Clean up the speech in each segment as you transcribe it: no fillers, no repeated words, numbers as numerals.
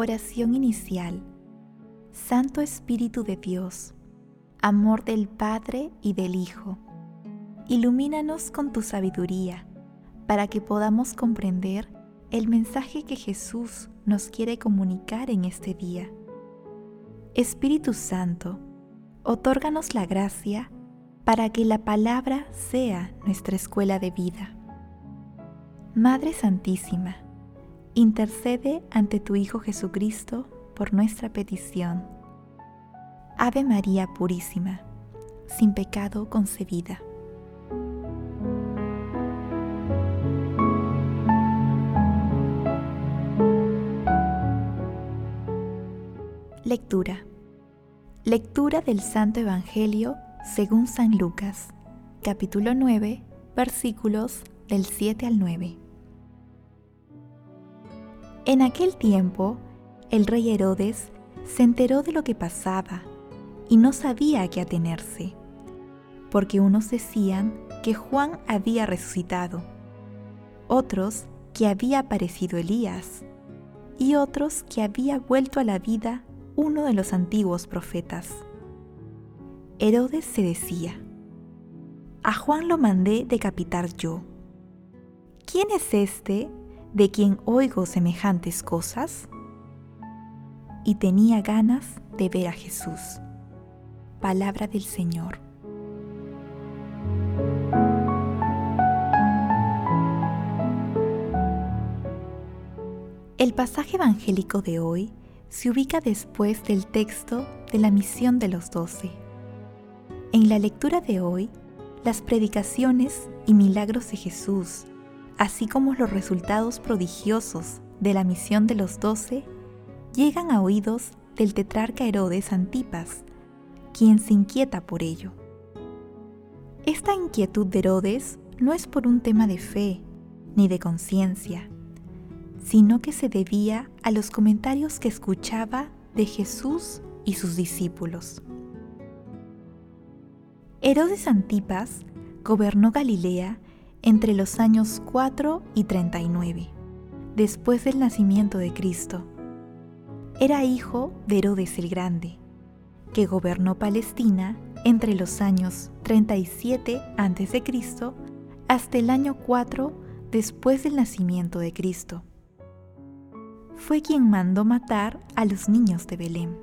Oración inicial. Santo Espíritu de Dios, amor del Padre y del Hijo, ilumínanos con tu sabiduría para que podamos comprender el mensaje que Jesús nos quiere comunicar en este día. Espíritu Santo, otórganos la gracia para que la palabra sea nuestra escuela de vida. Madre Santísima, intercede ante tu Hijo Jesucristo por nuestra petición. Ave María Purísima, sin pecado concebida. Lectura. Lectura del Santo Evangelio según San Lucas, capítulo 9, versículos del 7 al 9. En aquel tiempo, el rey Herodes se enteró de lo que pasaba y no sabía a qué atenerse, porque unos decían que Juan había resucitado, otros que había aparecido Elías y otros que había vuelto a la vida uno de los antiguos profetas. Herodes se decía: a Juan lo mandé decapitar yo. ¿Quién es este de quien oigo semejantes cosas? Y tenía ganas de ver a Jesús. Palabra del Señor. El pasaje evangélico de hoy se ubica después del texto de la misión de los 12. En la lectura de hoy, las predicaciones y milagros de Jesús, así como los resultados prodigiosos de la misión de los 12, llegan a oídos del tetrarca Herodes Antipas, quien se inquieta por ello. Esta inquietud de Herodes no es por un tema de fe ni de conciencia, sino que se debía a los comentarios que escuchaba de Jesús y sus discípulos. Herodes Antipas gobernó Galilea entre los años 4 y 39, después del nacimiento de Cristo. Era hijo de Herodes el Grande, que gobernó Palestina entre los años 37 a.C. hasta el año 4 después del nacimiento de Cristo. Fue quien mandó matar a los niños de Belén.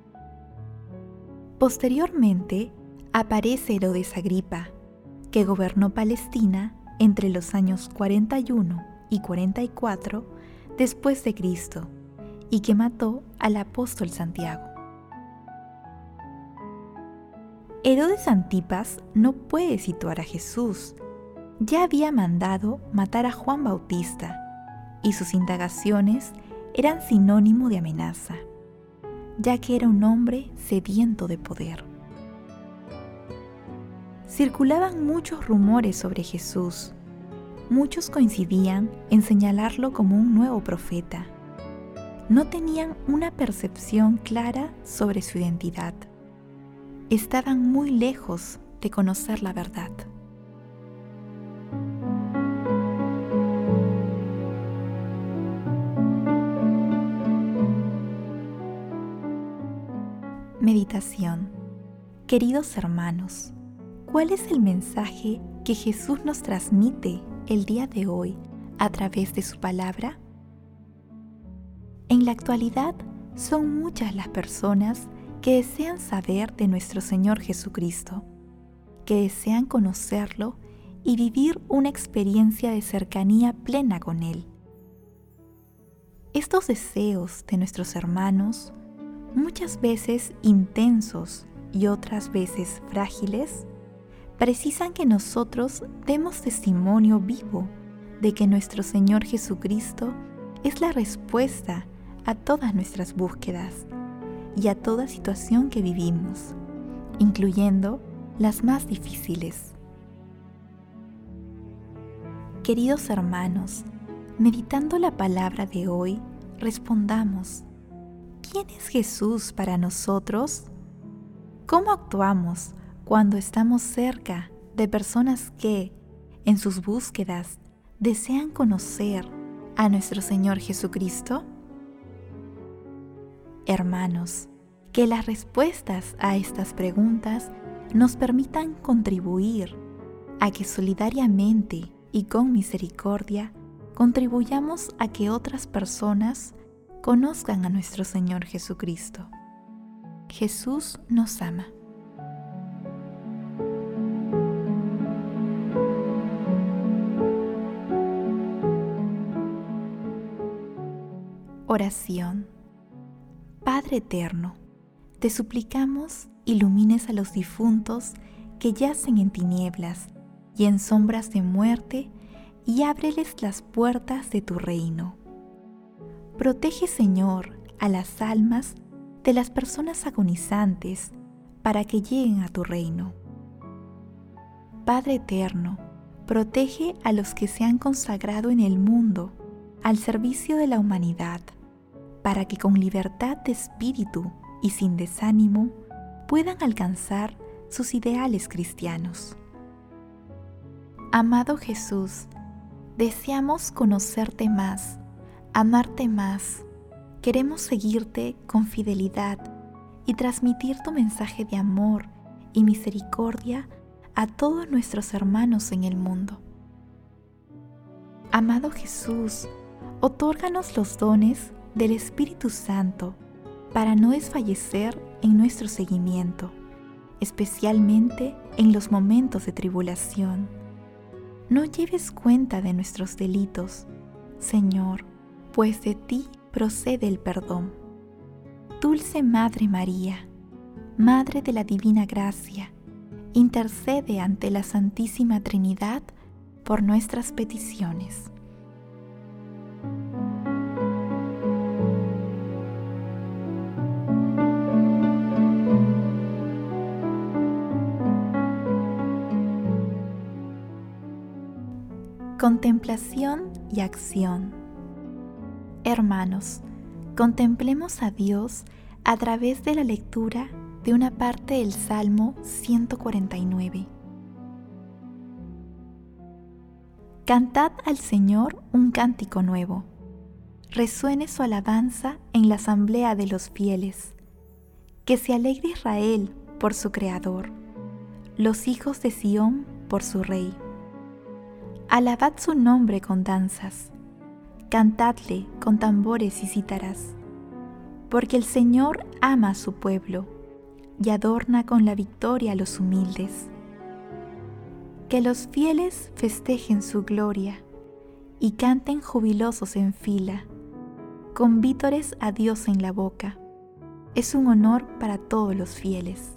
Posteriormente aparece Herodes Agripa, que gobernó Palestina entre los años 41 y 44 después de Cristo y que mató al apóstol Santiago. Herodes Antipas no puede situar a Jesús. Ya había mandado matar a Juan Bautista y sus indagaciones eran sinónimo de amenaza, ya que era un hombre sediento de poder. Circulaban muchos rumores sobre Jesús. Muchos coincidían en señalarlo como un nuevo profeta. No tenían una percepción clara sobre su identidad. Estaban muy lejos de conocer la verdad. Meditación. Queridos hermanos, ¿cuál es el mensaje que Jesús nos transmite el día de hoy a través de su palabra? En la actualidad son muchas las personas que desean saber de nuestro Señor Jesucristo, que desean conocerlo y vivir una experiencia de cercanía plena con Él. Estos deseos de nuestros hermanos, muchas veces intensos y otras veces frágiles, precisan que nosotros demos testimonio vivo de que nuestro Señor Jesucristo es la respuesta a todas nuestras búsquedas y a toda situación que vivimos, incluyendo las más difíciles. Queridos hermanos, meditando la palabra de hoy, respondamos: ¿quién es Jesús para nosotros? ¿Cómo actuamos cuando estamos cerca de personas que, en sus búsquedas, desean conocer a nuestro Señor Jesucristo? Hermanos, que las respuestas a estas preguntas nos permitan contribuir a que solidariamente y con misericordia contribuyamos a que otras personas conozcan a nuestro Señor Jesucristo. Jesús nos ama. Oración. Padre eterno, te suplicamos ilumines a los difuntos que yacen en tinieblas y en sombras de muerte y ábreles las puertas de tu reino. Protege, Señor, a las almas de las personas agonizantes para que lleguen a tu reino. Padre eterno, protege a los que se han consagrado en el mundo al servicio de la humanidad, para que con libertad de espíritu y sin desánimo puedan alcanzar sus ideales cristianos. Amado Jesús, deseamos conocerte más, amarte más, queremos seguirte con fidelidad y transmitir tu mensaje de amor y misericordia a todos nuestros hermanos en el mundo. Amado Jesús, otórganos los dones del Espíritu Santo para no desfallecer en nuestro seguimiento, especialmente en los momentos de tribulación. No lleves cuenta de nuestros delitos, Señor, pues de ti procede el perdón. Dulce Madre María, Madre de la Divina Gracia, intercede ante la Santísima Trinidad por nuestras peticiones. Contemplación y acción. Hermanos, contemplemos a Dios a través de la lectura de una parte del Salmo 149. Cantad al Señor un cántico nuevo. Resuene su alabanza en la asamblea de los fieles. Que se alegre Israel por su Creador, los hijos de Sión por su Rey. Alabad su nombre con danzas, cantadle con tambores y cítaras, porque el Señor ama a su pueblo y adorna con la victoria a los humildes. Que los fieles festejen su gloria y canten jubilosos en fila, con vítores a Dios en la boca. Es un honor para todos los fieles.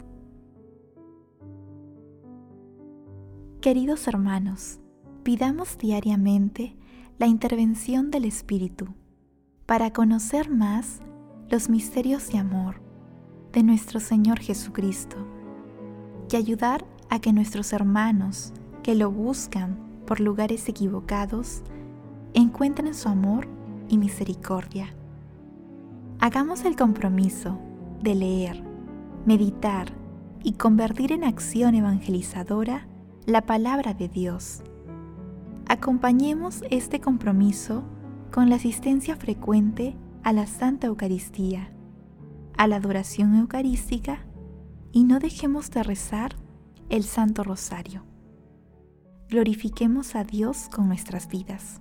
Queridos hermanos, pidamos diariamente la intervención del Espíritu para conocer más los misterios de amor de nuestro Señor Jesucristo y ayudar a que nuestros hermanos que lo buscan por lugares equivocados encuentren su amor y misericordia. Hagamos el compromiso de leer, meditar y convertir en acción evangelizadora la palabra de Dios. Acompañemos este compromiso con la asistencia frecuente a la Santa Eucaristía, a la adoración eucarística y no dejemos de rezar el Santo Rosario. Glorifiquemos a Dios con nuestras vidas.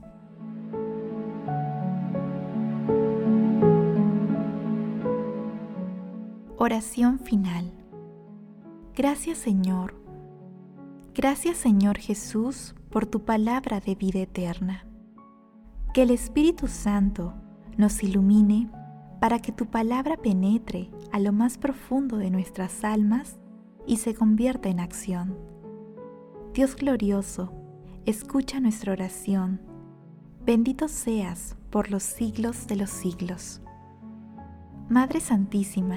Oración final. Gracias, Señor. Gracias, Señor Jesús, por tu palabra de vida eterna. Que el Espíritu Santo nos ilumine para que tu palabra penetre a lo más profundo de nuestras almas y se convierta en acción. Dios glorioso, escucha nuestra oración. Bendito seas por los siglos de los siglos. Madre Santísima,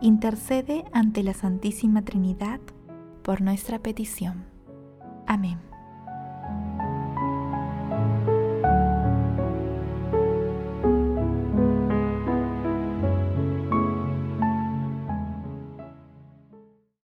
intercede ante la Santísima Trinidad por nuestra petición. Amén.